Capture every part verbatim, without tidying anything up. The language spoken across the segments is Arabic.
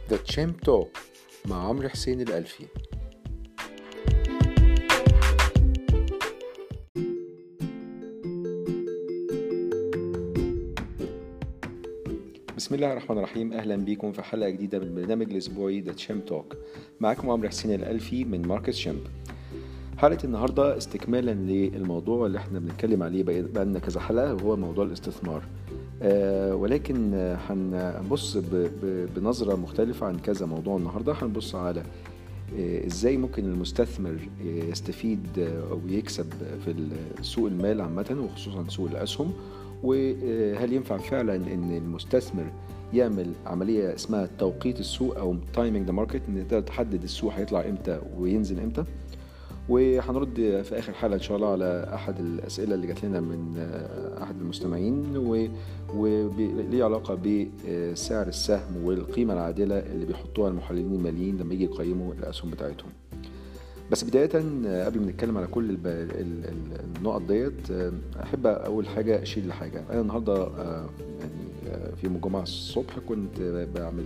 The Champ Talk مع عمرو حسين الألفي. بسم الله الرحمن الرحيم. أهلا بكم في حلقة جديدة من البرنامج الأسبوعي The Champ Talk. معكم عمرو حسين الألفي من ماركس شامب. حلقة النهاردة استكمالا للموضوع اللي احنا بنتكلم عليه بقالنا كذا حلقة، وهو موضوع الاستثمار. آه ولكن هنبص بنظرة مختلفة عن كذا موضوع. النهاردة هنبص على آه ازاي ممكن المستثمر يستفيد او يكسب في سوق المال عامة، وخصوصا سوق الأسهم. وهل ينفع فعلا ان المستثمر يعمل عملية اسمها توقيت السوق او timing the market، ان تقدر تحدد السوق هيطلع امتى وينزل امتى. وهنرد في آخر حلقة إن شاء الله على أحد الأسئلة اللي جات لنا من أحد المستمعين، وليه علاقة بسعر السهم والقيمة العادلة اللي بيحطوها المحللين الماليين لما يجي يقيموا الأسهم بتاعتهم. بس بداية قبل ما نتكلم على كل النقط ديت، أحب أول حاجة أشيل لحاجة. أنا النهاردة يعني في يوم الجمعة الصبح كنت بعمل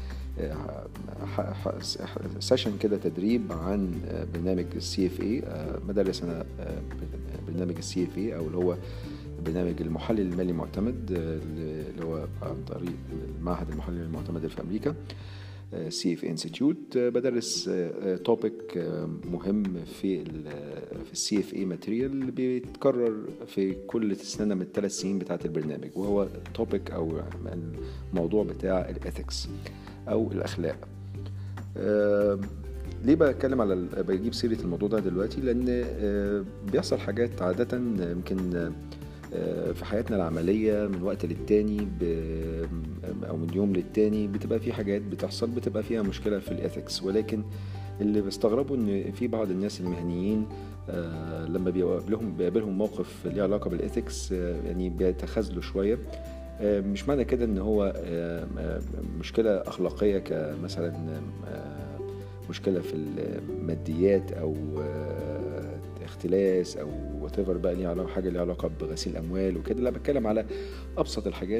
سيشن كده تدريب عن برنامج السي اف اي. مدرس انا برنامج السي اف اي، او اللي هو برنامج المحلل المالي المعتمد، اللي هو عن طريق المعهد المحلل المعتمد في امريكا سي اف انستيتيوت. بدرس توبيك مهم في في السي اف اي ماتيريال بيتكرر في كل سنه من الثلاث سنين بتاعه البرنامج، وهو توبيك او الموضوع بتاع الاثكس او الاخلاق. أه ليه بتكلم على بجيب سيره الموضوع ده دلوقتي؟ لان أه بيحصل حاجات عاده يمكن أه في حياتنا العمليه من وقت للتاني او من يوم للتاني بتبقى في حاجات بتحصل بتبقى فيها مشكله في الاثكس. ولكن اللي بستغربه ان في بعض الناس المهنيين أه لما بيقابلهم بيقابلهم موقف ليه علاقه بالاثكس أه يعني بيتخاذلوا شويه. مش معنى كده ان هو مشكلة اخلاقية كمثلا مشكلة في الماديات او اختلاس او whatever بقى ليه علاقة حاجة ليه علاقة بغسيل اموال وكده. لا، بتكلم على ابسط الحاجات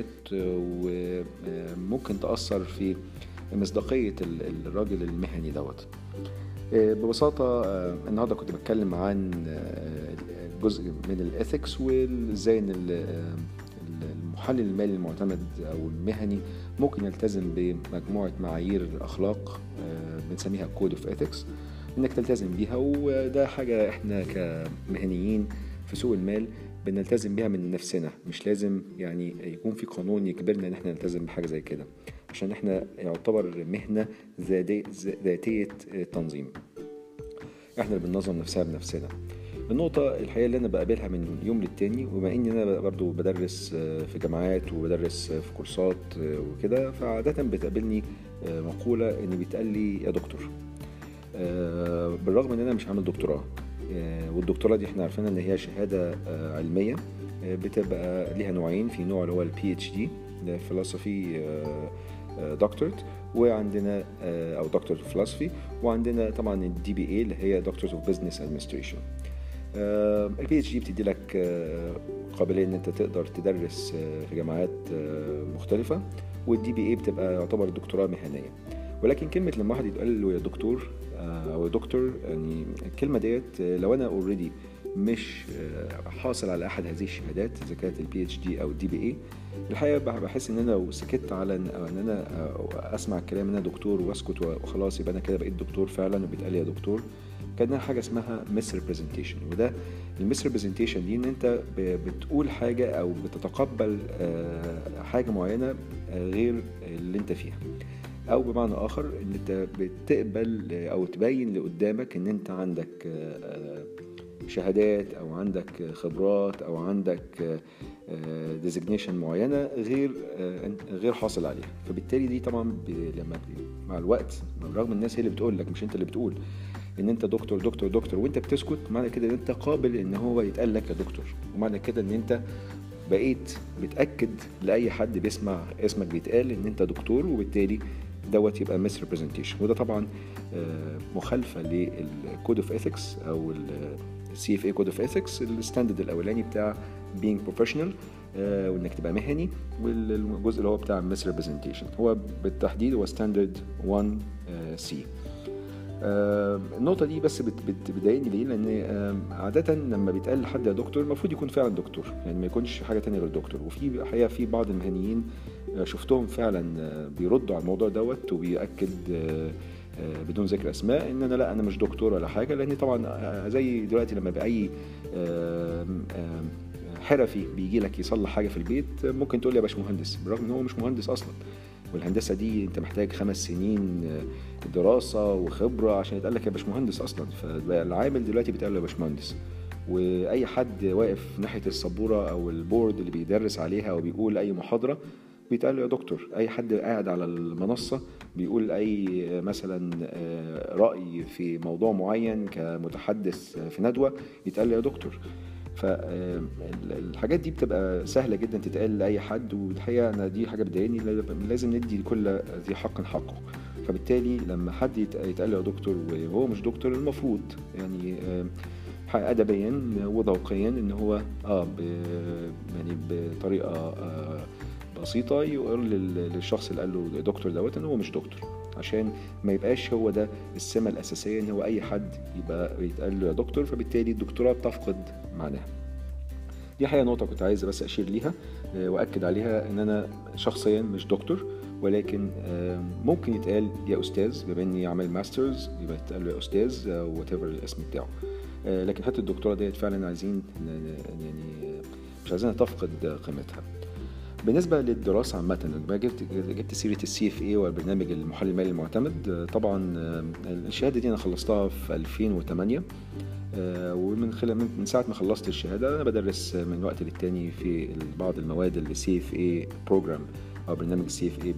وممكن تأثر في مصداقية الراجل المهني دوت. ببساطة النهاردة كنت بتكلم عن جزء من الاثكس، وازاي ان المحلل المالي المعتمد او المهني ممكن يلتزم بمجموعة معايير اخلاق بنسميها كود اوف اثكس، انك تلتزم بيها. وده حاجة احنا كمهنيين في سوق المال بنلتزم بيها من نفسنا، مش لازم يعني يكون في قانون يجبرنا ان احنا نلتزم بحاجة زي كده، عشان احنا يعتبر مهنة ذاتية تنظيم، احنا اللي بننظم نفسها بنفسنا. النقطة الحقيقة اللي أنا بقابلها من يوم للتاني، وبما إني أنا برضو بدرس في جامعات وبدرس في كورسات وكده، فعادة بتقابلني مقولة إن بيتقال لي يا دكتور، بالرغم إن أنا مش عامل دكتوراه. والدكتوراه دي إحنا عارفين إن هي شهادة علمية بتبقى ليها نوعين، في نوع اللي هو البي اتش دي فلسفي دكتورت، وعندنا أو دكتور فلسفي، وعندنا طبعا الدي بي اي اللي هي دكتورز اوف بزنس ادمنستريشن. البي اتش دي بتدي لك قابلية ان انت تقدر تدرس في جامعات مختلفة، والدي بي اي بتبقى يعتبر دكتوراه مهنية. ولكن كلمة لما واحد يتقال له يا دكتور او دكتور، يعني الكلمة ديت لو انا اوريدي مش حاصل على احد هذه الشهادات اذا كانت البي اتش دي او الدي بي اي، الحقيقة بحس ان انا لو سكت على ان انا اسمع الكلام ان انا دكتور واسكت وخلاص يبقى انا كده بقيت دكتور فعلا وبيتقال لي يا دكتور، كان حاجة اسمها misrepresentation. وده المسريبريزنتيشن دي ان انت بتقول حاجة او بتتقبل حاجة معينة غير اللي انت فيها، او بمعنى اخر ان انت بتقبل او تبين لقدامك ان انت عندك شهادات او عندك خبرات او عندك ديزيجنيشن معينة غير غير حاصل عليها. فبالتالي دي طبعا لما مع الوقت، رغم الناس هي اللي بتقول لك مش انت اللي بتقول ان انت دكتور دكتور دكتور وانت بتسكت، معنى كده ان انت قابل ان هو يتقال لك يا دكتور، ومعنى كده ان انت بقيت بتأكد لأي حد بيسمع اسمك بيتقال ان انت دكتور، وبالتالي دوت يبقى misrepresentation. وده طبعا مخالفة للكود اوف اثكس او السي اف اي كود اوف اثكس، الستاندرد الاولاني بتاع being professional. وانك تبقى مهني، والجزء اللي هو بتاع مس ريبريزنتيشن هو بالتحديد هو ستاندرد واحد سي. النقطة دي بس بتضايقني ليه؟ لأن عادة لما بيتقال لحد يا دكتور المفروض يكون فعلا دكتور، يعني ما يكونش حاجة تانية غير دكتور. وفي حقيقة في بعض المهنيين شفتهم فعلا بيردوا على الموضوع دوت وبيأكد بدون ذكر اسماء ان انا لا انا مش دكتور ولا حاجه، لان طبعا زي دلوقتي لما باي حرفي بيجي لك يصلح حاجه في البيت ممكن تقول لي يا باشمهندس، بالرغم ان هو مش مهندس اصلا. والهندسه دي انت محتاج خمس سنين دراسه وخبره عشان يتقال لك يا باشمهندس اصلا. فالعامل دلوقتي بيتقال له يا باشمهندس، واي حد واقف ناحيه السبوره او البورد اللي بيدرس عليها او بيقول اي محاضره بيتقال له يا دكتور. اي حد قاعد على المنصه بيقول اي مثلا راي في موضوع معين كمتحدث في ندوه يتقال له يا دكتور. فالحاجات دي بتبقى سهله جدا تتقال لاي حد، والحقيقه انا دي حاجه بتضايقني، لازم ندي لكل ذي حق حقه. فبالتالي لما حد يتقال له يا دكتور وهو مش دكتور المفروض يعني ادبيا وذوقيا ان هو اه يعني بطريقه آه بسيطة يقول للشخص اللي قال له دكتور دوت ان هو مش دكتور، عشان ما يبقاش هو ده السمة الأساسية ان هو اي حد يبقى يتقال له يا دكتور، فبالتالي الدكتوراه بتفقد معناها. دي حقيقة نقطة كنت عايز بس أشير ليها وأكد عليها، ان انا شخصيا مش دكتور، ولكن ممكن يتقال يا أستاذ بما اني عامل ماسترز يبقى يتقال له يا أستاذ أو whatever الاسم بتاعه. لكن حتى الدكتوراه ديت فعلا عايزين يعني مش عايزينها تفقد قيمتها. بالنسبة للدراسة عامة جبت جبت سيرة السي اف اي والبرنامج المحلل المالي المعتمد. طبعا الشهادة دي أنا خلصتها في ألفين وثمانية، ومن خلال من ساعة ما خلصت الشهادة أنا بدرس من وقت للتاني في بعض المواد اللي سي اف اي بروجرام أو برنامج السي اف اي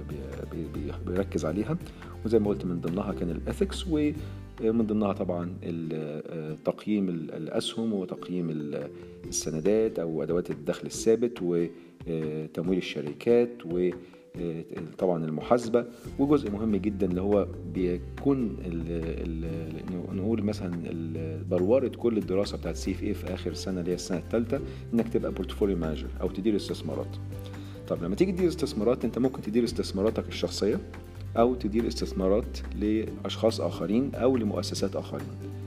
بيركز عليها، وزي ما قلت من ضمنها كان الإثكس، ومن ضمنها طبعا تقييم الأسهم وتقييم السندات أو أدوات الدخل الثابت وتمويل الشركات وطبعا المحاسبة. وجزء مهم جدا اللي هو بيكون نقول مثلا بروارة كل الدراسة بتاعت سي اف اي في آخر سنة اللي هي السنة الثالثة إنك تبقى بورتفوليو مانجر أو تدير استثمارات. طب لما تيجي تدير استثمارات انت ممكن تدير استثماراتك الشخصية او تدير استثمارات لاشخاص اخرين او لمؤسسات اخرين.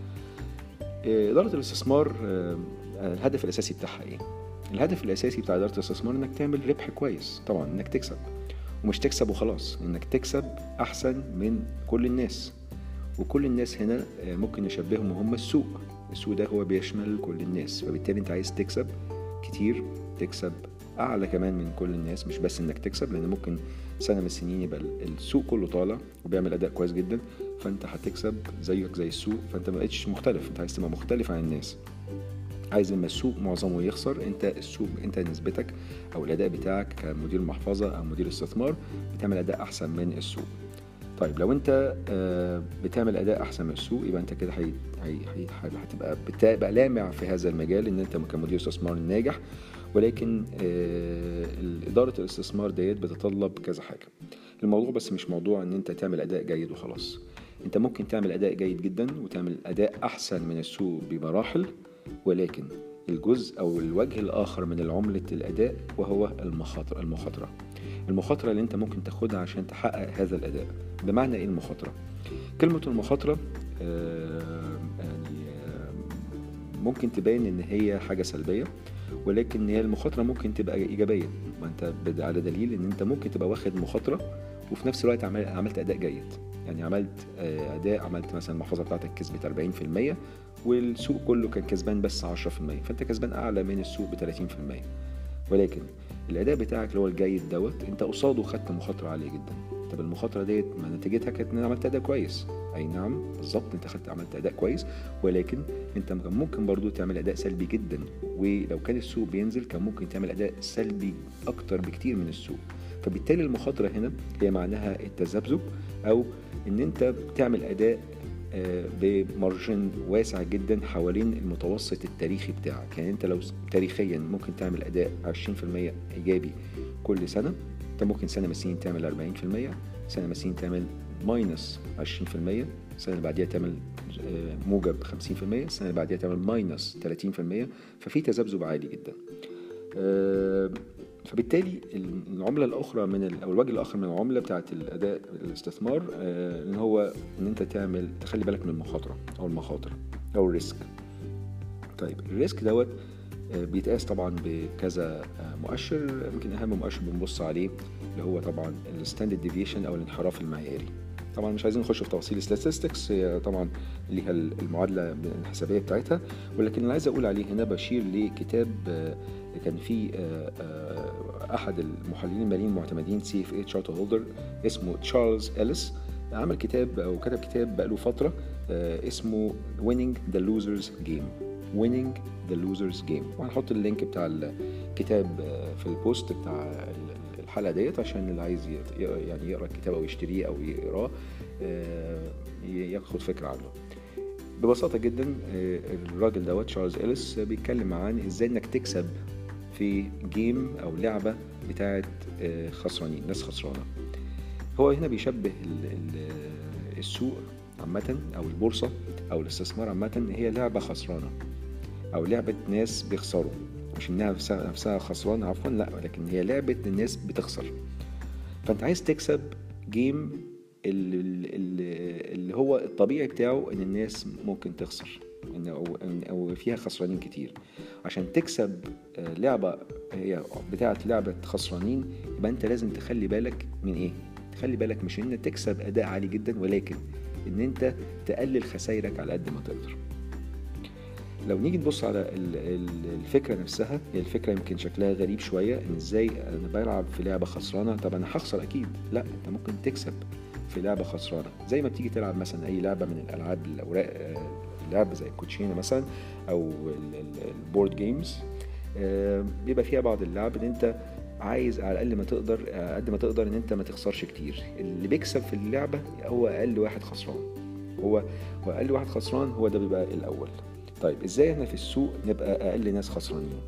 ادارة الاستثمار الهدف الاساسي بتاعها ايه؟ الهدف الاساسي بتاع ادارة الاستثمار انك تعمل ربح كويس، طبعا انك تكسب، ومش تكسب وخلاص، انك تكسب احسن من كل الناس. وكل الناس هنا ممكن نشبههم هم السوق. السوق ده هو بيشمل كل الناس، فبالتالي انت عايز تكسب كتير، تكسب اعلى كمان من كل الناس، مش بس انك تكسب، لان ممكن سنه من السنين يبقى السوق كله طالع وبيعمل اداء كويس جدا فانت هتكسب زيك زي السوق، فانت ما بقتش مختلف، انت عايز تبقى مختلف عن الناس. عايز لما السوق معظمه يخسر انت السوق انت نسبتك او الاداء بتاعك كمدير محفظه او مدير استثمار بتعمل اداء احسن من السوق. طيب لو انت بتعمل اداء احسن من السوق يبقى انت كده هتبقى بتبقى لامع في هذا المجال ان انت كمدير استثمار ناجح. ولكن إدارة الاستثمار ديت بتتطلب كذا حاجة. الموضوع بس مش موضوع ان انت تعمل اداء جيد وخلاص، انت ممكن تعمل اداء جيد جدا وتعمل اداء احسن من السوق بمراحل، ولكن الجزء او الوجه الاخر من العملة الاداء وهو المخاطرة. المخاطرة المخاطرة اللي انت ممكن تاخدها عشان تحقق هذا الاداء. بمعنى ايه المخاطرة؟ كلمة المخاطرة يعني ممكن تبين ان هي حاجة سلبية، ولكن هي المخاطرة ممكن تبقى إيجابية. ما أنت على دليل إن أنت ممكن تبقى واخد مخاطرة وفي نفس الوقت عملت أداء جيد. يعني عملت أداء عملت مثلا المحفظة بتاعتك كسبت أربعين في المية والسوق كله كان كسبان بس عشرة في المية، فأنت كسبان أعلى من السوق بثلاثين في المية. ولكن الأداء بتاعك اللي هو الجيد دوت أنت قصاده خدت مخاطرة عالية جدا. طب المخاطرة ديت ما نتيجتها كانت إن عملت أداء كويس. أي نعم بالظبط أنت خدت عملت أداء كويس، ولكن أنت ممكن برضو تعمل أداء سلبي جدا، ولو كان السوق بينزل كان ممكن تعمل أداء سلبي أكتر بكتير من السوق. فبالتالي المخاطرة هنا هي معناها التذبذب أو إن أنت بتعمل أداء بمارجن واسع جدا حوالين المتوسط التاريخي بتاعك. يعني أنت لو تاريخيا ممكن تعمل أداء عشرين في المية إيجابي كل سنة، انت ممكن سنة من السنين تعمل أربعين في المية، سنة من السنين تعمل ماينس عشرين في المية، السنة اللي بعديها تعمل موجب خمسين في المية، السنة اللي بعديها تعمل ماينس ثلاثين في المية. ففي تذبذب عالي جدا. آه، فبالتالي العملة الأخرى من ال- أو الوجه الآخر من العملة بتاعة الأداء الاستثمار آه، إن هو إن أنت تعمل تخلي بالك من المخاطرة أو المخاطر أو الريسك. طيب الريسك دوت آه، بيتقاس طبعا بكذا آه، مؤشر. يمكن أهم مؤشر بنبص عليه اللي هو طبعا الستاندرد ديفيشن أو الانحراف المعياري. طبعا مش عايزين نخش في تفاصيل statistics، هي طبعا ليها المعادلة الحسابية بتاعتها، ولكن اللي عايز أقول عليه هنا بشير لكتاب آه، كان فيه آه، آه، أحد المحللين الماليين المعتمدين سي اف اي تشارت هولدر اسمه تشارلز إليس. عمل كتاب أو كتب كتاب بقاله فترة آه، اسمه Winning the Losers Game. Winning the Losers Game، وهنحط اللينك بتاع الكتاب آه، في البوست بتاع الحلقة ديت عشان اللي عايز ي- يعني يقرأ الكتاب أو يشتريه أو يقراه آه، ياخد فكرة عنه. ببساطة جدا آه، الراجل دوت تشارلز إليس بيتكلم عن ازاي انك تكسب في جيم او لعبة بتاعت آه، خسرانين، ناس خسرانة. هو هنا بيشبه ال- ال- السوق عامة او البورصة او الاستثمار عامة هي لعبة خسرانة او لعبة ناس بيخسروا، مش انها نفسها نفسها خسرانة عفوا، لا، ولكن هي لعبة الناس بتخسر. فانت عايز تكسب جيم اللي, اللي هو الطبيعي بتاعه ان الناس ممكن تخسر، إن او او فيها خسرانين كتير. عشان تكسب آه، لعبة هي بتاعت لعبة خسرانين، يبقى انت لازم تخلي بالك من ايه؟ تخلي بالك مش ان تكسب اداء عالي جدا، ولكن ان انت تقلل خسائرك على قد ما تقدر. لو نيجي نبص على ال- ال- الفكرة نفسها، هي الفكرة يمكن شكلها غريب شوية، ان ازاي انا بلعب في لعبة خسرانة؟ طب انا هخسر اكيد. لا، انت ممكن تكسب في لعبة خسرانة، زي ما بتيجي تلعب مثلا اي لعبة من الالعاب الاوراق، آه، لعبة زي الكوتشينة مثلا او البورد جيمز، بيبقى فيها بعض اللعب ان انت عايز على الاقل ما تقدر آه، قد ما تقدر ان انت ما تخسرش كتير. اللي بيكسب في اللعبة هو اقل واحد خسران، هو هو اقل واحد خسران، هو ده بيبقى الاول. طيب ازاي احنا في السوق نبقى اقل ناس خسرانين؟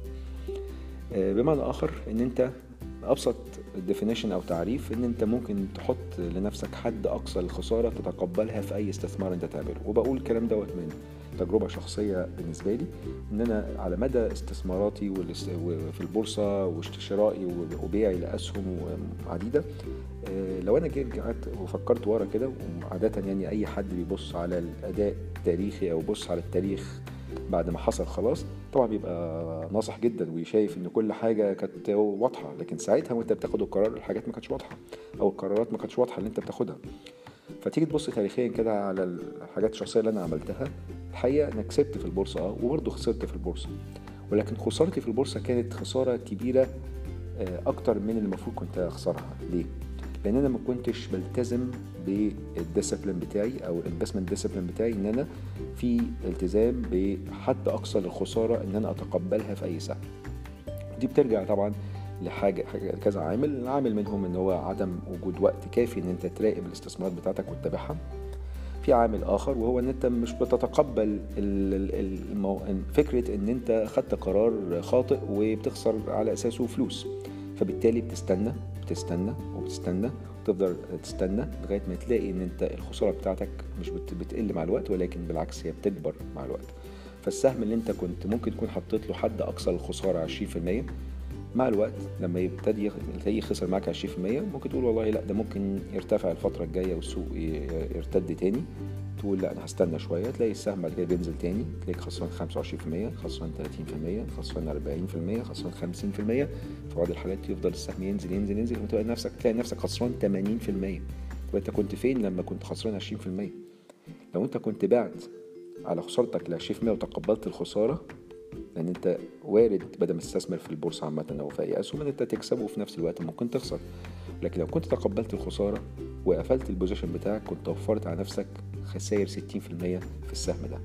آه، بمعنى اخر ان انت ابسط definition او تعريف ان انت ممكن تحط لنفسك حد اقصى للخساره تتقبلها في اي استثمار انت تعمله. وبقول الكلام دوت من تجربه شخصيه بالنسبه لي، ان انا على مدى استثماراتي والاست- وفي البورصه واشترائي وبيعي لاسهم عديده، آه، لو انا جيت قعدت وفكرت ورا كده، وعاده يعني اي حد بيبص على الاداء التاريخي او بص على التاريخ بعد ما حصل خلاص، طبعا بيبقى ناصح جدا وشايف ان كل حاجه كانت واضحه، لكن ساعتها وانت بتاخد القرار الحاجات ما كانتش واضحه، او القرارات ما كانتش واضحه اللي انت بتاخدها. فتيجي تبص تاريخيا كده على الحاجات الشخصيه اللي انا عملتها، الحقيقه انا كسبت في البورصه اه وبرضه خسرت في البورصه، ولكن خسارتي في البورصه كانت خساره كبيره آه، اكتر من اللي المفروض كنت اخسرها. ليه؟ لان انا ما كنتش بلتزم بالديسيبلين بتاعي او الانفستمنت ديسيبلين بتاعي، ان انا في التزام بحد اقصى للخساره ان انا اتقبلها في اي سهم. دي بترجع طبعا لحاجه حاجة كذا عامل، عامل منهم ان هو عدم وجود وقت كافي ان انت تراقب الاستثمارات بتاعتك وتتابعها. في عامل اخر وهو ان انت مش بتتقبل ال- ال- المو... فكره ان انت خدت قرار خاطئ وبتخسر على اساسه فلوس، فبالتالي بتستنى بتستنى وبتستنى وتفضل تستنى لغايه ما تلاقي ان انت الخساره بتاعتك مش بت... بتقل مع الوقت، ولكن بالعكس هي بتكبر مع الوقت. فالسهم اللي انت كنت ممكن تكون حطيت له حد اقصى للخساره عشرين في المية، مع الوقت لما يبتدي تلاقيه خسر معاك عشرين في المية، ممكن تقول والله لا، ده ممكن يرتفع الفترة الجاية والسوق يرتد تاني، تقول لا انا هستنى شوية، تلاقي السهم بعد كده بينزل تاني، تلاقيك خسران خمسة وعشرين في المية، خسران ثلاثين في المية، خسران أربعين في المية، خسران خمسين في المية. في بعض الحالات يفضل السهم ينزل ينزل ينزل وتلاقي نفسك تلاقي نفسك خسران ثمانين في المية. طب انت كنت فين لما كنت خسران عشرين في المية؟ لو انت كنت بعت على خسارتك ل عشرين في المية وتقبلت الخسارة، لان انت وارد بدل ما تستثمر في البورصه عامه او في اي اسهم ان انت تكسب وفي نفس الوقت ممكن تخسر، لكن لو كنت تقبلت الخساره وقفلت البوزيشن بتاعك كنت وفرت على نفسك خسائر ستين في المية في السهم ده.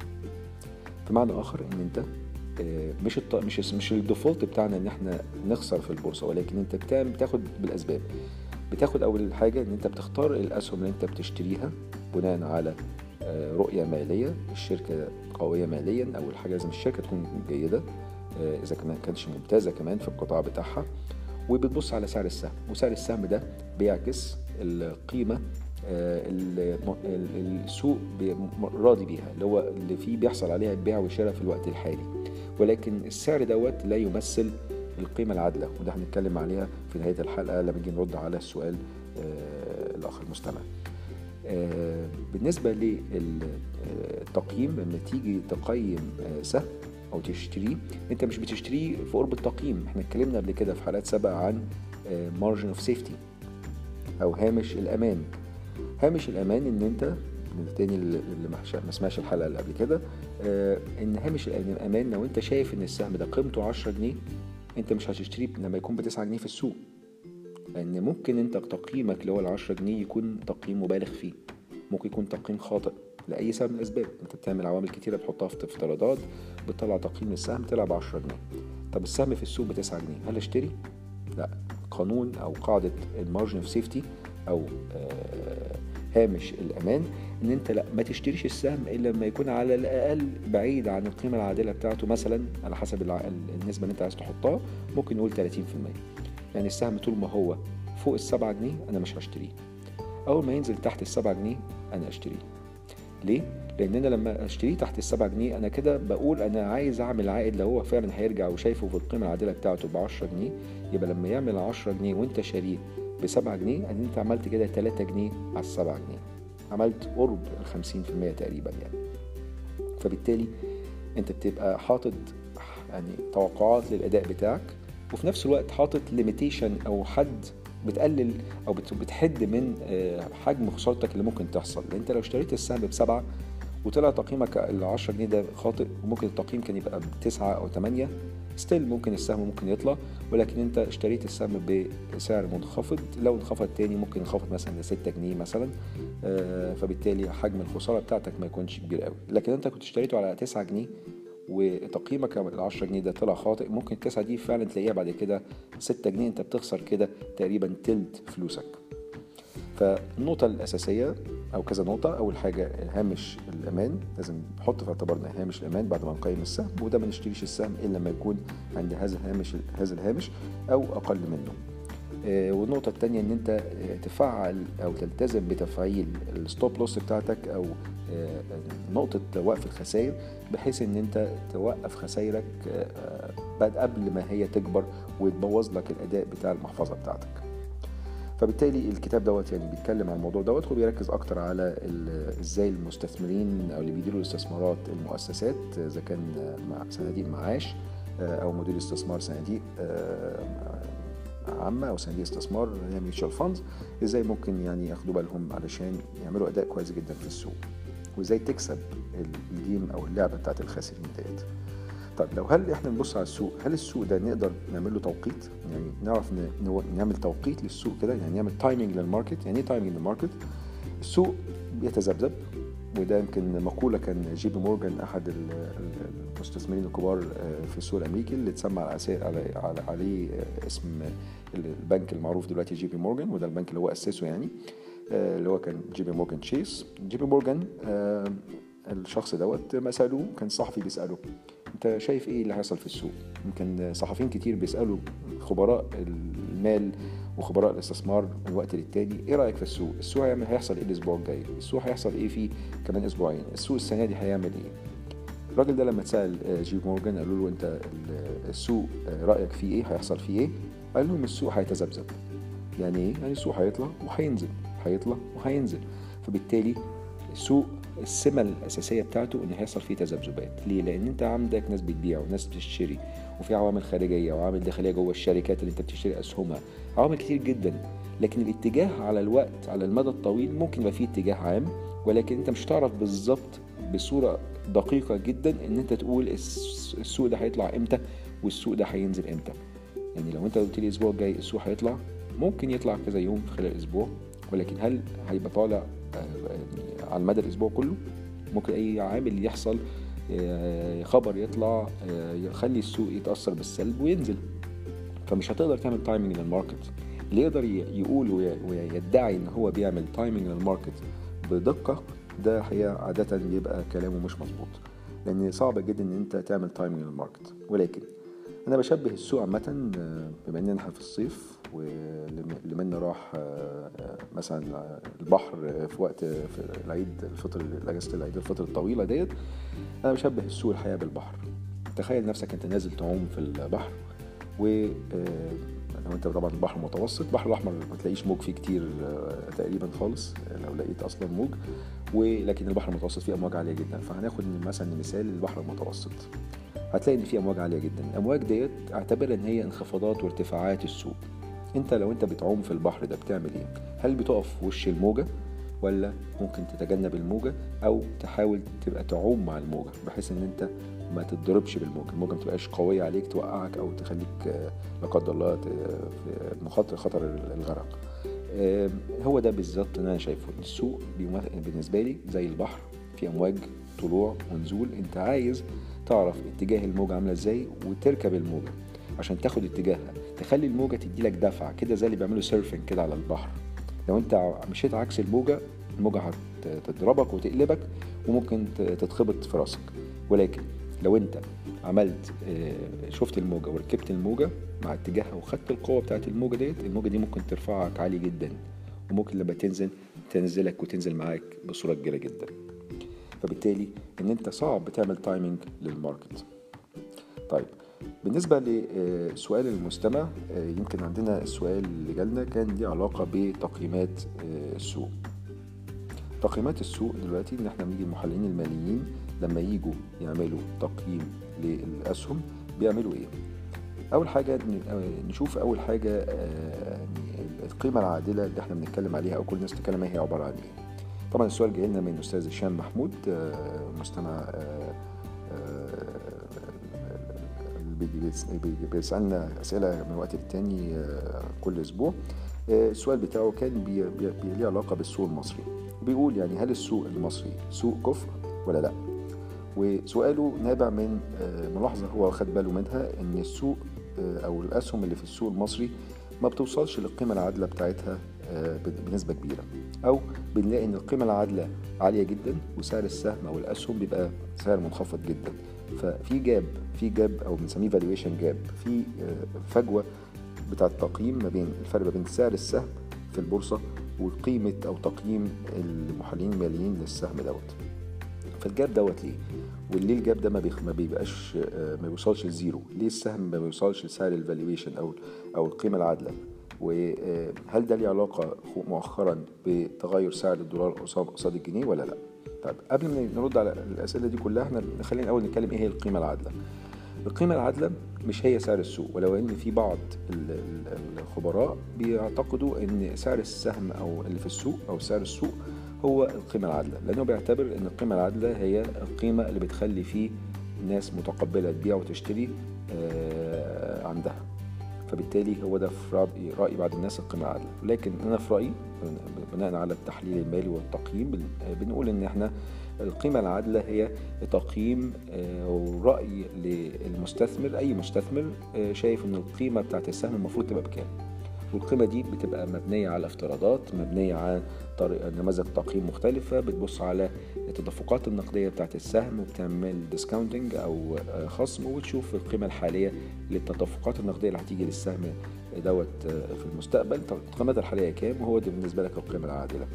بمعنى اخر ان انت آه، مش الط... مش مش الديفولت بتاعنا ان احنا نخسر في البورصه، ولكن انت بتعمل بتاخد بالاسباب. بتاخد اول حاجه ان انت بتختار الاسهم اللي انت بتشتريها بناء على آه، رؤيه ماليه، الشركه قويه ماليا، اول حاجه لازم الشركه تكون جيده آه، اذا كمان كانتش ممتازه كمان في القطاع بتاعها، وبتبص على سعر السهم، وسعر السهم ده بيعكس القيمه آه، الم- ال- السوق بي- راضي بيها، اللي هو اللي فيه بيحصل عليها البيع والشراء في الوقت الحالي، ولكن السعر دوت لا يمثل القيمة العادلة، وده هنتكلم عليها في نهاية الحلقة لما نيجي نرد على السؤال الأخ المستمع. بالنسبة للتقييم، لما تيجي تقيم سهم أو تشتريه، أنت مش بتشتريه في قرب التقييم. احنا اتكلمنا قبل كده في حلقات سابقة عن margin of safety أو هامش الأمان. هامش الأمان إن أنت التاني اللي ما سمعش الحلقة اللي قبل كده، إن هامش الأمان لو أنت شايف إن السهم ده قيمته عشرة جنيه، أنت مش هتشتريه لما يكون بتسعة جنيه في السوق، لأن ممكن أنت تقييمك اللي هو العشرة جنيه يكون تقييم مبالغ فيه، ممكن يكون تقييم خاطئ لأي سبب من الأسباب. أنت بتعمل عوامل كتيرة بتحطها في افتراضات، بتطلع تقييم للسهم طلع بعشرة جنيه. طب السهم في السوق بتسعة جنيه، هل اشتري؟ لا. قانون أو قاعدة المارجن اوف سيفتي أو آه هامش الأمان إن أنت لا ما تشتريش السهم إلا لما يكون على الأقل بعيد عن القيمة العادلة بتاعته، مثلا على حسب النسبة اللي أنت عايز تحطها، ممكن نقول ثلاثين بالمية. يعني السهم طول ما هو فوق السبعة جنيه أنا مش هشتريه، أول ما ينزل تحت السبعة جنيه أنا أشتريه. ليه؟ لأن أنا لما أشتريه تحت السبعة جنيه أنا كده بقول أنا عايز أعمل عائد. لو هو فعلا هيرجع وشايفه في القيمة العادلة بتاعته بعشرة جنيه، يبقى لما يعمل عشرة جنيه وأنت شاريه بسبعة جنيه، أن أنت عملت كده تلاتة جنيه على السبعة جنيه، عملت قرب الخمسين في المية تقريبا يعني. فبالتالي أنت بتبقى حاطط يعني توقعات للأداء بتاعك، وفي نفس الوقت حاطط ليميتيشن أو حد بتقلل أو بتحد من حجم خسارتك اللي ممكن تحصل. لأن أنت لو اشتريت السهم بسبعة وطلع تقييمك العشرة جنيه ده خاطئ، وممكن التقييم كان يبقى بتسعة أو تمانية، ستيل ممكن السهم ممكن يطلع، ولكن انت اشتريت السهم بسعر منخفض، لو انخفض تاني ممكن ينخفض مثلا لستة جنيه مثلا، آه فبالتالي حجم الخسارة بتاعتك ما يكونش كبير قوي. لكن انت كنت اشتريته على تسعة جنيه وتقييمك العشرة جنيه ده طلع خاطئ، ممكن التسعة دي فعلا تلاقيها بعد كده ستة جنيه، انت بتخسر كده تقريبا تلت فلوسك. فالنقطة الأساسية أو كذا نقطة. أول حاجة هامش الأمان، لازم نحط في اعتبارنا هامش الأمان بعد ما نقيم السهم، وده ما نشتريش السهم إلا لما يكون عند هذا الهامش هذا الهامش أو أقل منه. آه والنقطة الثانية إن أنت آه تفعل أو تلتزم بتفعيل الستوب لوس بتاعتك أو آه نقطة وقف الخسائر، بحيث إن أنت توقف خسائرك آه بعد قبل ما هي تكبر وتبوظ لك الأداء بتاع المحفظة بتاعتك. فبالتالي الكتاب دوت يعني بيتكلم عن الموضوع دوت، وبيركز اكتر على ازاي المستثمرين او اللي بيديروا الاستثمارات المؤسسات، اذا كان مع صناديق معاش او مدير استثمار صناديق عامه او صناديق استثمار ميوتشوال فاندز، ازاي ممكن يعني ياخدوا بالهم علشان يعملوا اداء كويس جدا في السوق، وازاي تكسب الجيم او اللعبه بتاعت الخاسرين ديت. طيب لو هل احنا نبص على السوق، هل السوق ده نقدر نعمل له توقيت؟ يعني نعرف نعمل توقيت للسوق كده، يعني نعمل تايمينج للماركت. يعني ايه تايمينج للماركت؟ السوق بيتذبذب، وده يمكن مقولة كان جي بي مورجان أحد المستثمرين الكبار في السوق الأمريكي اللي اتسمى على عليه اسم البنك المعروف دلوقتي جي بي مورجان، وده البنك اللي هو أسسه يعني، اللي هو كان جي بي مورجان تشيس. جي بي مورجان الشخص دوت ما سألوه، كان صحفي بيسأله انت شايف ايه اللي هيحصل في السوق؟ يمكن صحفيين كتير بيسألوا خبراء المال وخبراء الاستثمار من وقت للتاني، ايه رأيك في السوق؟ السوق هيحصل ايه الاسبوع الجاي؟ السوق هيحصل ايه فيه كمان اسبوعين؟ السوق السنة دي هيعمل ايه؟ الراجل ده لما اتسأل جي مورجان قالوا له انت السوق رأيك فيه ايه؟ هيحصل فيه ايه؟ قال لهم السوق هيتذبذب. يعني ايه؟ يعني السوق هيطلع وهينزل، هيطلع وهينزل. فبالتالي السوق السمة الأساسية بتاعته إن هيحصل فيه تذبذبات. ليه؟ لأن أنت عندك ناس بتبيع وناس بتشتري، وفي عوامل خارجية وعوامل داخلية جوه الشركات اللي أنت بتشتري أسهمها، عوامل كتير جدا. لكن الاتجاه على الوقت على المدى الطويل ممكن يبقى فيه اتجاه عام، ولكن أنت مش هتعرف بالظبط بصورة دقيقة جدا إن أنت تقول السوق ده هيطلع إمتى والسوق ده هينزل إمتى. يعني لو أنت قلت لي الأسبوع الجاي السوق هيطلع، ممكن يطلع كذا يوم خلال الأسبوع، ولكن هل هيبقى طالع على مدى الأسبوع كله؟ ممكن أي عامل يحصل، خبر يطلع يخلي السوق يتأثر بالسلب وينزل. فمش هتقدر تعمل تايمينج للماركت. اللي يقدر يقول ويدعي إن هو بيعمل تايمينج للماركت بدقة، ده هي عادة بيبقى كلامه مش مظبوط، لأن صعب جدا إن أنت تعمل تايمينج للماركت. ولكن أنا بشبه السوق عامة، بما إننا في الصيف ولمن راح مثلا البحر في وقت في العيد الفطر الاجازه العيد الفطر الطويله ديت، انا بشبه السوق الحياه بالبحر. تخيل نفسك انت نازل تعوم في البحر، و لو انت طبعا البحر المتوسط، البحر الاحمر ما تلاقيش موج فيه كتير تقريبا خالص لو لقيت اصلا موج، ولكن البحر المتوسط فيه امواج عاليه جدا. فهناخد مثلا مثال البحر المتوسط، هتلاقي ان فيه امواج عاليه جدا. الامواج ديت اعتبر ان هي انخفاضات وارتفاعات السوق. انت لو انت بتعوم في البحر ده بتعمل ايه؟ هل بتقف في وش الموجه، ولا ممكن تتجنب الموجه، او تحاول تبقى تعوم مع الموجه بحيث ان انت ما تتضربش بالموجه، الموجه ما تبقاش قويه عليك توقعك او تخليك لا قدر الله في مخاطر خطر الغرق. هو ده بالظبط اللي انا شايفه. السوق بالنسبه لي زي البحر، في امواج طلوع ونزول، انت عايز تعرف اتجاه الموجه عامله ازاي وتركب الموجه عشان تاخد اتجاهها، تخلي الموجه تديلك دفعه كده زي اللي بيعملوا سيرفنج كده على البحر. لو انت مشيت عكس الموجه، الموجه هتضربك وتقلبك وممكن تتخبط في راسك. ولكن لو انت عملت شفت الموجه وركبت الموجه مع اتجاهها وخدت القوه بتاعت الموجه ديت، الموجه دي ممكن ترفعك عالي جدا، وممكن لما تنزل تنزلك وتنزل معاك بصوره كبيره جدا. فبالتالي ان انت صعب تعمل تايمينج للماركت. طيب بالنسبه لسؤال المستمع، يمكن عندنا السؤال اللي جالنا كان ليه علاقه بتقييمات السوق. تقييمات السوق دلوقتي ان احنا بنيجي المحللين الماليين لما ييجوا يعملوا تقييم للاسهم بيعملوا ايه؟ اول حاجه نشوف اول حاجه القيمه العادله اللي احنا بنتكلم عليها او كل الناس بتتكلم عليها هي عباره عن ايه. طبعا السؤال جاي لنا من الاستاذ هشام محمود، مستمع بيسالنا اسئله من وقت للتاني كل اسبوع. السؤال بتاعه كان ليه علاقه بالسوق المصري، بيقول يعني هل السوق المصري سوق كفء ولا لا؟ وسؤاله نابع من ملاحظه هو خد باله منها، ان السوق او الاسهم اللي في السوق المصري ما بتوصلش للقيمه العادله بتاعتها بنسبه كبيره، او بنلاقي ان القيمه العادله عاليه جدا وسعر السهم او الاسهم بيبقى سعر منخفض جدا. ففي جاب في جاب او بنسميه فالويشن جاب، في فجوه بتاع التقييم ما بين الفرق ما بين سعر السهم في البورصه وقيمه او تقييم المحللين الماليين للسهم دوت. فالجاب دوت ليه؟ وليه الجاب ده ما بيبقاش ما بيوصلش لزيرو؟ ليه السهم ما بيوصلش لسعر الفالويشن او او القيمه العادله؟ وهل ده ليه علاقه مؤخرا بتغير سعر الدولار قصاد الجنيه ولا لا؟ طيب قبل ما نرد على الاسئله دي كلها، احنا خلينا الاول نتكلم ايه هي القيمه العادله. القيمه العادله مش هي سعر السوق، ولو ان في بعض الخبراء بيعتقدوا ان سعر السهم او اللي في السوق او سعر السوق هو القيمه العادله، لانه بيعتبر ان القيمه العادله هي القيمه اللي بتخلي فيه ناس متقبله تبيع وتشتري عندها. فبالتالي هو ده في رأي, رأي بعض الناس القيمة العادلة. لكن أنا في رأيي بناء على التحليل المالي والتقييم بنقول إن إحنا القيمة العادلة هي تقييم ورأي للمستثمر. أي مستثمر شايف إن القيمة بتاعت السهم المفروض تبقى بكام، والقيمة دي بتبقى مبنية على افتراضات، مبنية على طريقة نماذج تقييم مختلفة، بتبص على التدفقات النقدية بتاعت السهم وبتعمل ديسكاونتنج أو خصم، وتشوف القيمة الحالية للتدفقات النقدية اللي هتيجي للسهم دوت في المستقبل، القيمة الحالية كام، وهو ده بالنسبة لك القيمة العادلة.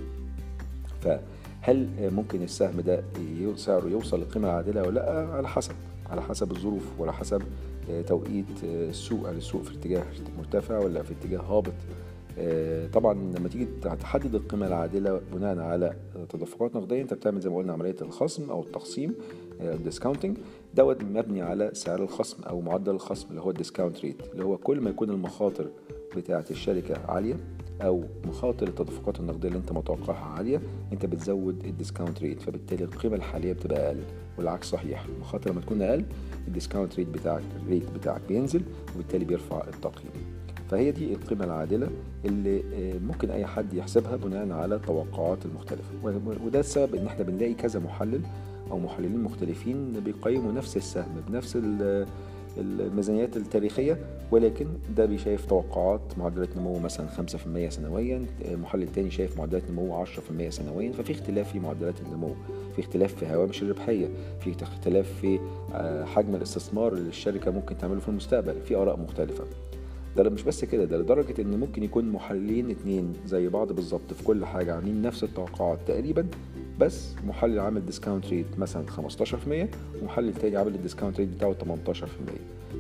فهل ممكن السهم ده سعره يوصل للقيمة العادلة ولا لا؟ على حسب على حسب الظروف وعلى حسب توقيت السوق، هل السوق في اتجاه مرتفع ولا في اتجاه هابط. طبعا لما تيجي تحدد القيمة العادلة بناء على تدفقات نقدية، انت بتعمل زي ما قلنا عملية الخصم او التخصيم الديسكاونتنج دوت مبني على سعر الخصم او معدل الخصم اللي هو الديسكاونت ريت، اللي هو كل ما يكون المخاطر بتاعة الشركة عالية او مخاطر التدفقات النقدية اللي انت متوقعها عالية، انت بتزود الديسكاونت ريت، فبالتالي القيمة الحالية بتبقى اقل. والعكس صحيح، المخاطر لما تكون اقل الديسكاونت ريت بتاعك الريت بتاعك بينزل، وبالتالي بيرفع التقييم. فهي دي القيمة العادلة اللي ممكن أي حد يحسبها بناء على التوقعات المختلفة. وده السبب إن احنا بنلاقي كذا محلل أو محللين مختلفين بيقيموا نفس السهم بنفس الميزانيات التاريخية، ولكن ده بيشايف توقعات معدلات نمو مثلا خمسة في المية سنويا، محلل تاني شايف معدلات نمو عشرة في المية سنويا. ففي اختلاف في معدلات النمو، في اختلاف في هوامش الربحية، في اختلاف في حجم الاستثمار اللي الشركة ممكن تعمله في المستقبل، في آراء مختلفة. ده مش بس كده، ده لدرجة ان ممكن يكون محللين اتنين زي بعض بالظبط في كل حاجة عاملين نفس التوقعات تقريبا، بس محلل عامل ديسكاونت ريت مثلا خمستاشر في المية ومحلل تاني عامل الديسكاونت ريت بتاعه تمنتاشر في المية.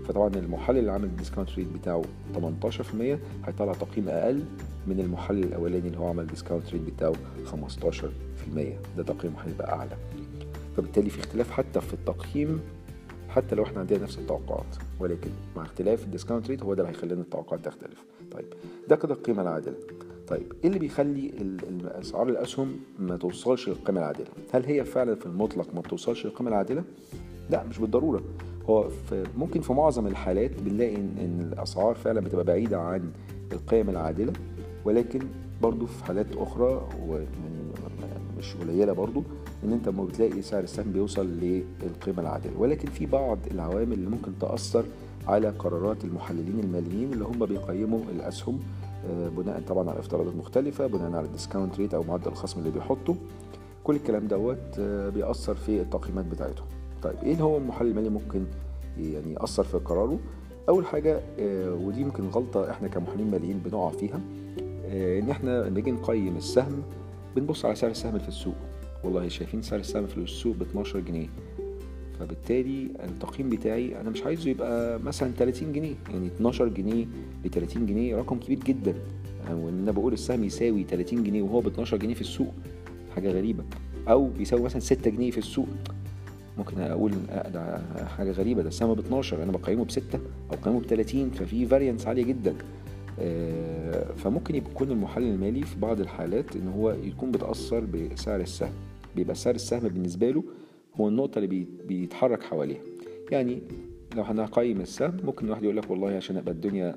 فطبعا المحلل اللي عامل الديسكاونت ريت بتاعه تمنتاشر في المية هيطلع تقييم اقل من المحلل الاولاني اللي هو عمل الديسكاونت ريت بتاعه خمستاشر في المية، ده تقييمه هيبقى اعلى. فبالتالي في اختلاف حتى في التقييم، حتى لو احنا عندنا نفس التوقعات، ولكن مع اختلاف الديسكاونت ريت هو ده اللي هيخلينا التوقعات تختلف. طيب ده كده القيمه العادله. طيب ايه اللي بيخلي اسعار الاسهم ما توصلش للقيمه العادله؟ هل هي فعلا في المطلق ما بتوصلش للقيمه العادله؟ لا، مش بالضروره. هو في ممكن في معظم الحالات بنلاقي ان, إن الاسعار فعلا بتبقى بعيده عن القيم العادله، ولكن برضو في حالات اخرى ويعني مش قليله برضو ان انت ما بتلاقي سعر السهم بيوصل للقيمه العادله. ولكن في بعض العوامل اللي ممكن تاثر على قرارات المحللين الماليين اللي هم بيقيموا الاسهم بناء طبعا على افتراضات مختلفه، بناء على الديسكاونت ريت او معدل الخصم اللي بيحطه. كل الكلام دوت بيأثر في التقييمات بتاعتهم. طيب ايه هو المحلل المالي ممكن يعني يأثر في قراره؟ اول حاجه ودي ممكن غلطه احنا كمحللين ماليين بنقع فيها، ان احنا لما نيجي نقيم السهم بنبص على سعر السهم في السوق. والله شايفين سعر السهم في السوق ب اتناشر جنيه، فبالتالي التقييم بتاعي انا مش عايزه يبقى مثلا تلاتين جنيه، يعني اتناشر جنيه ل تلاتين جنيه رقم كبير جدا. وان انا بقول السهم يساوي تلاتين جنيه وهو ب اتناشر جنيه في السوق حاجه غريبه، او بيساوي مثلا ستة جنيه في السوق، ممكن اقول ده حاجه غريبه، ده السهم ب اتناشر انا بقيمه ب ستة او قيمه ب تلاتين، ففي فاريانس عاليه جدا. فممكن يكون المحلل المالي في بعض الحالات ان هو يكون بتأثر بسعر السهم، بيبقى سعر السهم بالنسبه له هو النقطه اللي بيتحرك حواليها. يعني لو هنقيم السهم ممكن الواحد يقول لك والله عشان ابقى الدنيا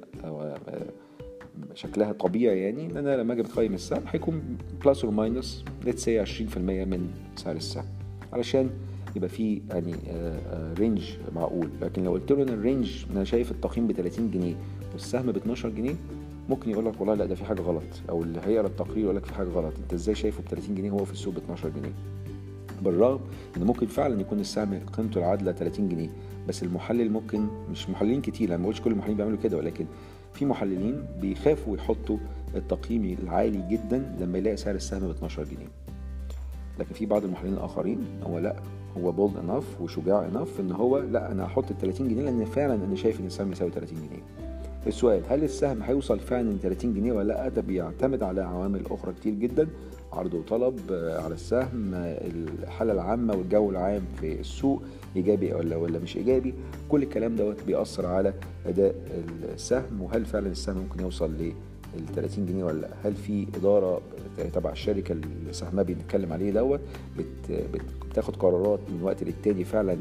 شكلها طبيعي، يعني ان انا لما اجي بقيم السهم هيكون بلس اور ماينس ليتس سي عشرين في المية من سعر السهم علشان يبقى فيه يعني رينج معقول. لكن لو قلت له ان الرينج انا شايف التقييم ب تلاتين جنيه والسهم ب اتناشر جنيه، ممكن يقول لك والله لا ده في حاجه غلط، او اللي هيقرا التقرير يقول لك في حاجه غلط، انت ازاي شايفه ب تلاتين جنيه وهو في السوق ب اتناشر جنيه؟ بالرغم ان ممكن فعلا يكون السهم قيمته العادله تلاتين جنيه، بس المحلل ممكن، مش محللين كتير، انا ما بقولش كل المحللين بيعملوا كده، ولكن في محللين بيخافوا يحطوا التقييم العالي جدا لما يلاقي سعر السهم ب اتناشر جنيه. لكن في بعض المحللين الاخرين هو لا، هو بولد انف وشجاع انف ان هو لا انا هحط ال تلاتين جنيه لان فعلا انا شايف ان السهم يساوي تلاتين جنيه. السؤال هل السهم هيوصل فعلا ل تلاتين جنيه ولا لا؟ ده بيعتمد على عوامل اخرى كتير جدا، عرض وطلب على السهم، الحاله العامه والجو العام في السوق ايجابي ولا ولا مش ايجابي. كل الكلام دوت بيأثر على اداء السهم، وهل فعلا السهم ممكن يوصل ل ال تلاتين جنيه ولا لا. هل في اداره تبع الشركه اللي سهمها بنتكلم عليه دوت بت بتاخد قرارات من وقت للتاني فعلا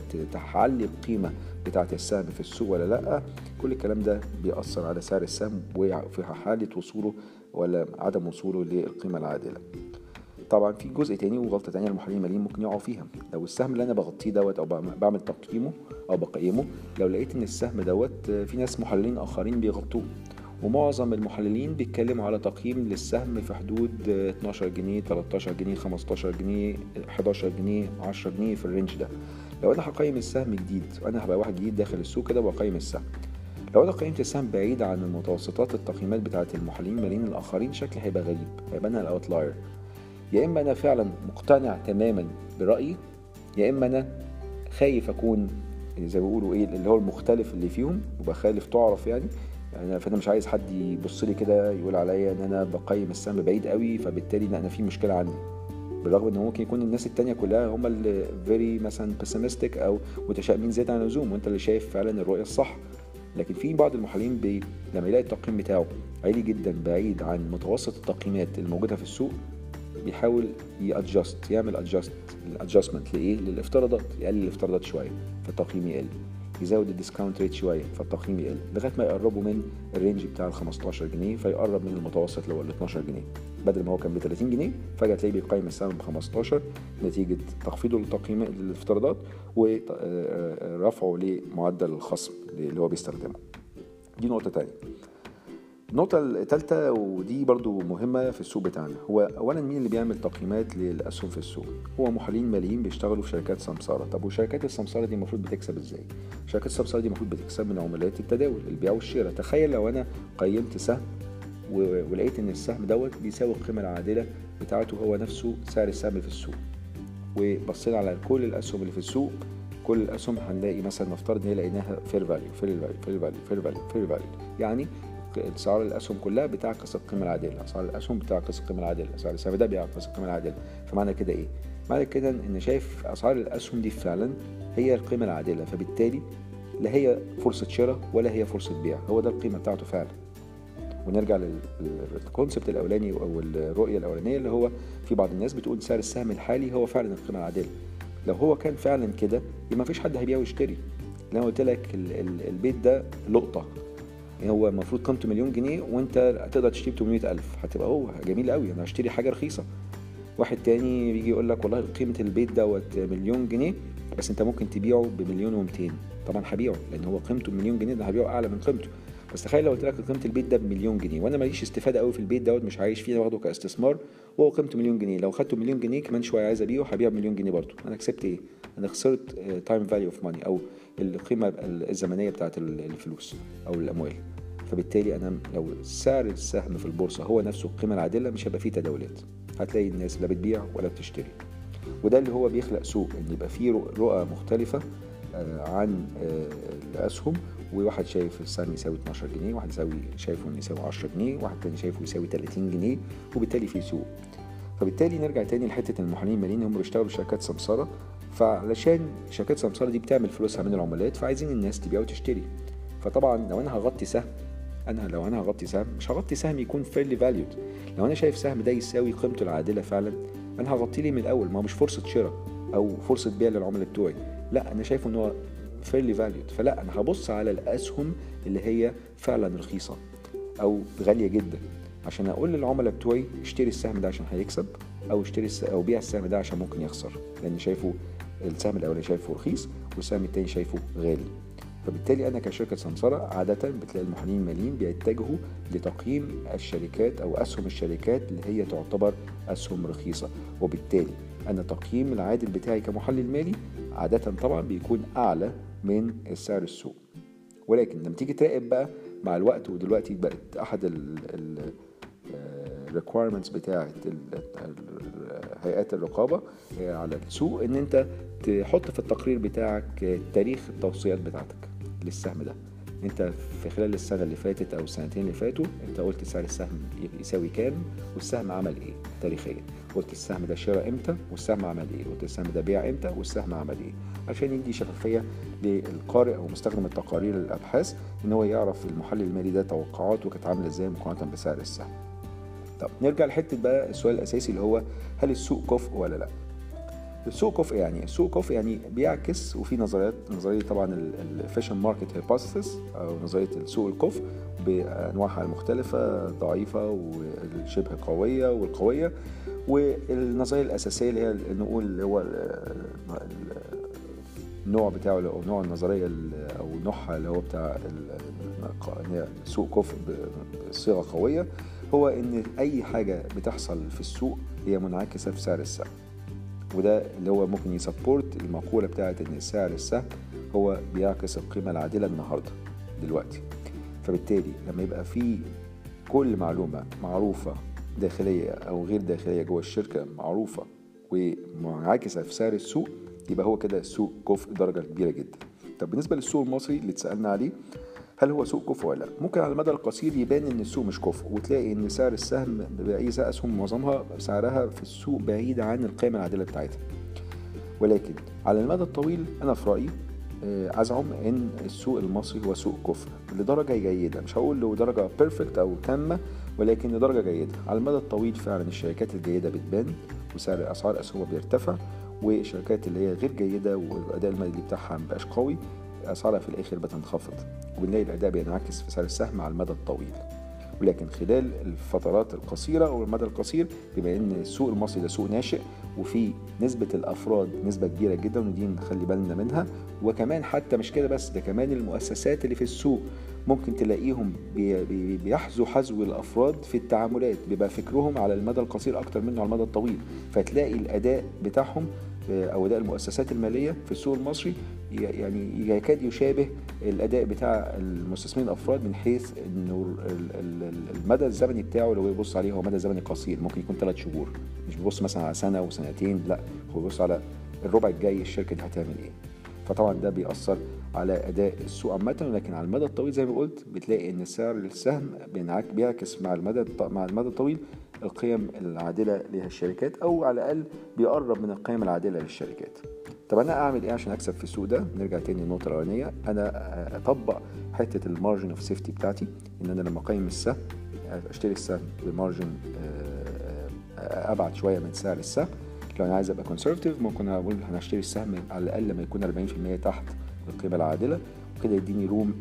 تعلي القيمه بتاعه السهم في السوق ولا لا؟ كل الكلام ده بيأثر على سعر السهم وفي حاله وصوله ولا عدم وصوله للقيمه العادله. طبعا في جزء تاني وغلطه تانية المحللين الماليين ممكن يقعوا فيها. لو السهم اللي انا بغطيه دوت او بعمل تقييمه او بقيمه، لو لقيت ان السهم دوت في ناس محللين اخرين بيغطوه، ومعظم المحللين بيتكلموا على تقييم للسهم في حدود اتناشر جنيه تلتاشر جنيه خمستاشر جنيه حداشر جنيه عشرة جنيه في الرينج ده، لو انا هقيم السهم جديد وانا هبقى واحد جديد داخل السوق كده وبقيم السهم، لو انا قيمت السهم بعيد عن المتوسطات التقييمات بتاعه المحللين الماليين الاخرين، شكلي هيبقى غريب، هيبقى انا الاوتلاير. يا اما انا فعلا مقتنع تماما برايي، يا اما انا خايف اكون زي ما بيقولوا ايه اللي هو المختلف اللي فيهم وبخالف تعرف يعني يعني فانا مش عايز حد يبص لي كده يقول عليا ان انا بقيم السهم بعيد قوي، فبالتالي انا في مشكله عندي، بالرغم ان ممكن يكون الناس التانية كلها هم اللي فيري مثلا بيسيمستيك او متشائمين زياده عن اللزوم، وانت اللي شايف فعلا الرؤيه الصح. لكن في بعض المحللين بي لما يلاقي التقييم بتاعه عالي جدا بعيد عن متوسط التقييمات الموجوده في السوق، بيحاول يادجست يعمل ادجست الادجستمنت لايه للافتراضات، يقلل الافتراضات شويه فالتقييم يقل، يزود الديسكاونت ريت شويه فالتقييم يقل، لغايه ما يقربوا من الرينج بتاع ال خمستاشر جنيه فيقرب من المتوسط اللي هو ال اتناشر جنيه، بدل ما هو كان ب تلاتين جنيه فجاه تلاقيه بيقيم السهم ب خمستاشر نتيجه تخفيضه للتقييم للافتراضات ورفعه لمعدل الخصم اللي هو بيستخدمه. دي نقطه تانية. النقطة الثالثة ودي برضو مهمة في السوق بتاعنا، هو أولا مين اللي بيعمل تقييمات للأسهم في السوق؟ هو محللين ماليين بيشتغلوا في شركات سمسارة. طب وشركات السمسارة دي المفروض بتكسب إزاي؟ شركات السمسارة دي المفروض بتكسب من عمليات التداول، البيع والشراء. تخيل لو أنا قيمت سهم ولقيت إن السهم دوت بيساوي القيمة العادلة بتاعته هو نفسه سعر السهم في السوق، وبصينا على كل الأسهم اللي في السوق كل الاسهم هنلاقي مثلا نفترض ان هي لقيناها فير فاليو فير فاليو فير فاليو فير فاليو فير فاليو، يعني اسعار الاسهم كلها بتعكس القيمه العادله، اسعار الاسهم بتعكس القيمه العادله، اسعار السهم ده بيعكس القيمه العادله. فمعنى كده ايه؟ معنى كده ان شايف اسعار الاسهم دي فعلا هي القيمه العادله، فبالتالي لا هي فرصه شراء ولا هي فرصه بيع، هو ده القيمه بتاعته فعلا. ونرجع للكونسبت الاولاني او الرؤيه الاولانيه اللي هو في بعض الناس بتقول سعر السهم الحالي هو فعلا القيمه العادله. لو هو كان فعلا كده يبقى ما فيش حد هيبيع ويشتري. لو قلت لك البيت ده لقطه، هو المفروض قيمته مليون جنيه وانت تقدر تشتري ب ثمانمائة ألف، هتبقى هو جميل قوي انا هشتري حاجه رخيصه. واحد تاني بيجي يقول لك والله قيمه البيت دوت مليون جنيه بس انت ممكن تبيعه بمليون ومئتين، طبعا هبيعه لان هو قيمته مليون جنيه، ده هبيعه اعلى من قيمته. بس تخيل لو قلت لك قيمه البيت ده بمليون جنيه وانا ماليش استفاده قوي في البيت دوت، مش عايش فيه، واخده كاستثمار وهو قيمته مليون جنيه، لو خدته مليون جنيه كمان شويه عايز ابيعه هبيعه بمليون جنيه برضه، انا كسبت ايه؟ انا خسرت تايم فاليو اوف ماني او القيمه الزمنيه بتاعه الفلوس او الاموال. فبالتالي انا لو سعر السهم في البورصه هو نفسه القيمه العادله مش هيبقى فيه تداولات، هتلاقي الناس لا بتبيع ولا بتشتري. وده اللي هو بيخلق سوق ان يبقى فيه رؤى مختلفه عن الاسهم، وواحد شايف السهم يساوي اتناشر جنيه، واحد يساوي شايفه انه يساوي عشرة جنيه، واحد تاني شايفه يساوي تلاتين جنيه، وبالتالي في سوق. فبالتالي نرجع تاني لحته المحللين الماليين هم بيشتغلوا بشركات سمساره، فعلشان شركات سمساره دي بتعمل فلوسها من العملات فعايزين الناس تبيع وتشتري. فطبعا لو انا هغطي سهم انا لو انا هغطي سهم مش هغطي سهم يكون فيرلي فاليود. لو انا شايف سهم ده يساوي قيمته العادله فعلا انا هغطيه ليه من الاول، ما هو مش فرصه شراء او فرصه بيع للعملاء بتوعي، لا انا شايفه ان هو فيرلي فاليود. فلا انا هبص على الاسهم اللي هي فعلا رخيصه او غاليه جدا عشان اقول للعملاء بتوعي اشتري السهم ده عشان هيكسب، او اشتري او بيع السهم ده عشان ممكن يخسر، لان شايفه السهم الاولاني شايفه رخيص والسهم الثاني شايفه غالي. فبالتالي انا كشركه سمسره عاده بتلاقي المحللين الماليين بيتجهوا لتقييم الشركات او اسهم الشركات اللي هي تعتبر اسهم رخيصه، وبالتالي انا تقييم العادل بتاعي كمحلل مالي عاده طبعا بيكون اعلى من السعر السوق. ولكن لما تيجي تراقب بقى مع الوقت، ودلوقتي بقت احد ال requirements بتاعه هيئات الرقابه على السوق ان انت تحط في التقرير بتاعك تاريخ التوصيات بتاعتك للسهم ده. انت في خلال السنه اللي فاتت او السنتين اللي فاتوا انت قلت سعر السهم يساوي كام والسهم عمل ايه تاريخيا، قلت السهم ده شراء امتى والسهم عمل ايه، قلت السهم ده بيع امتى والسهم عمل ايه، عشان يدي شفافيه للقارئ او مستخدم التقارير الابحاث ان هو يعرف المحلل المالي ده توقعاته كانت عامله ازاي مقارنه بسعر السهم. طب نرجع لحته بقى السؤال الاساسي اللي هو هل السوق كفء ولا لا؟ السوق كفء يعني السوق كفء يعني بيعكس، وفي نظريات نظريه طبعا الفاشن ماركت هايبوثيسيس او نظريه السوق الكفء بانواعها المختلفه، ضعيفه والشبه قويه والقويه، والنظريه الاساسيه اللي هي نقول اللي هو النوع بتاعه او نوع النظريه او نوعها اللي هو بتاع السوق كفء بصيغه قويه، هو ان اي حاجه بتحصل في السوق هي منعكسه في سعر السهم. وده اللي هو ممكن يسبورت المقولة بتاعت ان سعر السهم هو بيعكس القيمة العادلة النهاردة دلوقتي. فبالتالي لما يبقى في كل معلومة معروفة داخلية او غير داخلية جوه الشركة معروفة ومنعكسة في سعر السوق، يبقى هو كده السوق كفء درجة كبيرة جدا. طب بالنسبة للسوق المصري اللي اتسألنا عليه هل هو سوق كفء ولا لا؟ ممكن على المدى القصير يبان ان السوق مش كفء، وتلاقي ان سعر السهم بأي اسهم معظمها سعرها في السوق بعيد عن القيمه العادله بتاعتها. ولكن على المدى الطويل انا في رايي ازعم ان السوق المصري هو سوق كفء لدرجه جيده، مش هقول له درجه بيرفكت او تامه، ولكن لدرجه جيده. على المدى الطويل فعلا الشركات الجيده بتبان وسعر اسعار اسهمها بيرتفع، والشركات اللي هي غير جيده والاداء المالي بتاعها مبقاش قوي اسعارها في الاخر بتنخفض، وبنلاقي الاداء بينعكس في سعر السهم على المدى الطويل. ولكن خلال الفترات القصيره او المدى القصير بما ان السوق المصري ده سوق ناشئ وفي نسبه الافراد نسبه كبيره جدا ودي نخلي بالنا منها، وكمان حتى مش كده بس، ده كمان المؤسسات اللي في السوق ممكن تلاقيهم بي بيحذوا حذو الافراد في التعاملات، بيبقى فكرهم على المدى القصير اكتر منه على المدى الطويل، فتلاقي الاداء بتاعهم او اداء المؤسسات الماليه في السوق المصري يعني يكاد يشابه الاداء بتاع المستثمرين الافراد، من حيث انه المدى الزمني بتاعه لو يبص عليه هو مدى زمني قصير، ممكن يكون ثلاث شهور، مش بيبص مثلا على سنه وسنتين، لا هو بيبص على الربع الجاي الشركه دي هتعمل ايه. فطبعا ده بيأثر على أداء السوق عامة. ولكن على المدى الطويل زي ما قلت بتلاقي إن سعر السهم بيعكس مع المدى مع المدى الطويل القيم العادلة للشركات، أو على الأقل بيقرب من القيم العادلة للشركات. طب أنا أعمل إيه عشان أكسب في السوق ده؟ نرجع تاني للنقطة الأولانية، أنا أطبق حتة المارجن اوف سيفتي بتاعتي، إن أنا لما أقيم السهم أشتري السهم بمارجن أبعد شوية من سعر السهم. لو أنا عايز أبقى كونسرفتيف ممكن أقول أنا أشتري السهم على الأقل لما يكون أربعين بالمية تحت القيمة العادلة، وكده يديني روم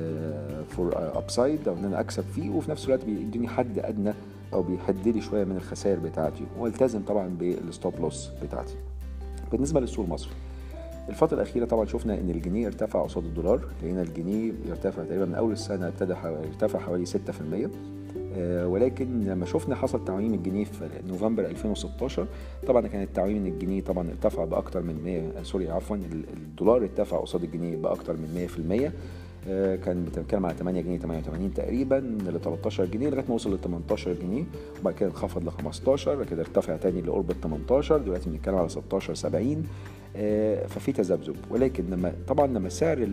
فور أبسايد أو إن أنا أكسب فيه، وفي نفس الوقت بيديني حد أدنى أو بيحد لي شوية من الخسائر بتاعتي، والتزم طبعا بالستوب لوس بتاعتي. بالنسبة للسوق المصري الفترة الأخيرة طبعا شفنا إن الجنيه ارتفع قصاد الدولار، لقينا الجنيه يرتفع تقريبا من أول السنة ابتدى يرتفع حوالي ستة بالمية. آه ولكن لما شفنا حصل تعويم الجنيه في نوفمبر ألفين وستاشر، طبعا كان التعويم ان الجنيه طبعا ارتفع باكتر من مية سوري عفوا الدولار ارتفع قصاد الجنيه باكتر من مية بالمية. آه كان بنتكلم على تمانية جنيه تمانية وتمانين تقريبا ل تلتاشر جنيه لغايه ما وصل ل تمنتاشر جنيه، وبعد كده انخفض ل خمستاشر، بعد كده ارتفع تاني لقرب ال تمنتاشر، دلوقتي بنتكلم على ستاشر سبعين. آه ففي تذبذب. ولكن لما طبعا لما سعر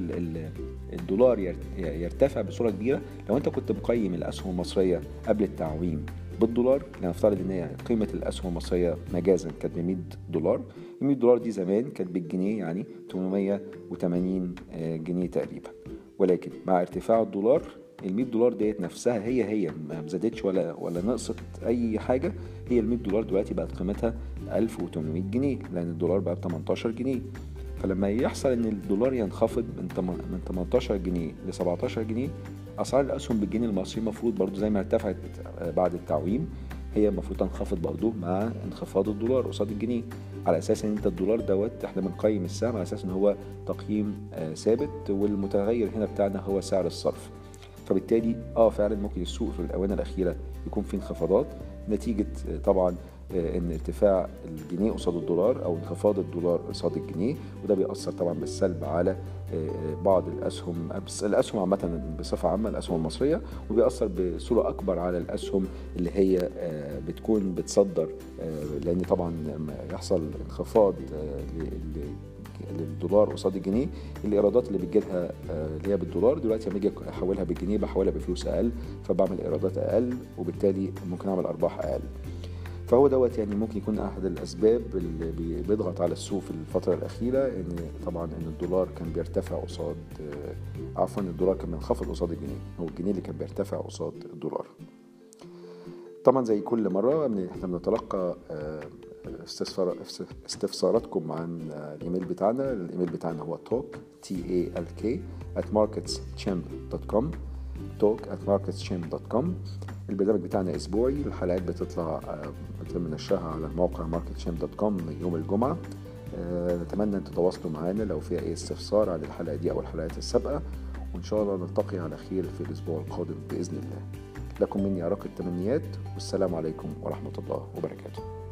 الدولار يرتفع بصوره كبيره، لو انت كنت مقيم الاسهم المصريه قبل التعويم بالدولار، لنفترض ان هي قيمه الاسهم المصريه مجازا كانت ب مية دولار، ال مية دولار دي زمان كانت بالجنيه يعني تمنمية وتمانين جنيه تقريبا. ولكن مع ارتفاع الدولار ال مية دولار ديت نفسها هي هي ما زادتش ولا ولا نقصت اي حاجه، هي ال مية دولار دلوقتي بقت قيمتها ألف وتمنمية جنيه لان الدولار بقى ب تمنتاشر جنيه. فلما يحصل ان الدولار ينخفض من من تمنتاشر جنيه ل سبعتاشر جنيه، اسعار الاسهم بالجنيه المصري المفروض برضو زي ما ارتفعت بعد التعويم هي المفروض تنخفض برضو مع انخفاض الدولار قصاد الجنيه، على اساس ان انت الدولار دوت احنا بنقيم السهم على اساس ان هو تقييم ثابت، والمتغير هنا بتاعنا هو سعر الصرف. فبالتالي اه فعلا ممكن السوق في الاونه الاخيره يكون فيه انخفاضات نتيجه طبعا ان ارتفاع الجنيه قصاد الدولار او انخفاض الدولار قصاد الجنيه، وده بيأثر طبعا بالسلب على بعض الاسهم الاسهم عامه بصفه عامه الاسهم المصريه، وبيأثر بصوره اكبر على الاسهم اللي هي بتكون بتصدر، لان طبعا لما يحصل انخفاض للدولار قصاد الجنيه الايرادات اللي بتجيلها اللي هي بالدولار دلوقتي لما اجي احولها بالجنيه بحولها بفلوس اقل، فبعمل ايرادات اقل وبالتالي ممكن اعمل ارباح اقل. فهو دوت يعني ممكن يكون احد الاسباب اللي بيضغط على السوق في الفتره الاخيره، ان طبعا ان الدولار كان بيرتفع قصاد عفوا الدولار كان بينخفض قصاد الجنيه، هو الجنيه اللي كان بيرتفع قصاد الدولار. طبعا زي كل مره احنا بنتلقى استفسار استفساراتكم عن الايميل بتاعنا. الايميل بتاعنا هو talk t a l k at marketschamp dot com talk at marketschamp dot com. البرنامج بتاعنا اسبوعي، الحلقات بتطلع بتم نشرها على موقع marketschamp dot com يوم الجمعه. نتمنى ان تتواصلوا معنا لو في اي استفسار عن الحلقه دي او الحلقات السابقه، وان شاء الله نلتقي على خير في الاسبوع القادم باذن الله. لكم مني ارق التمنيات، والسلام عليكم ورحمه الله وبركاته.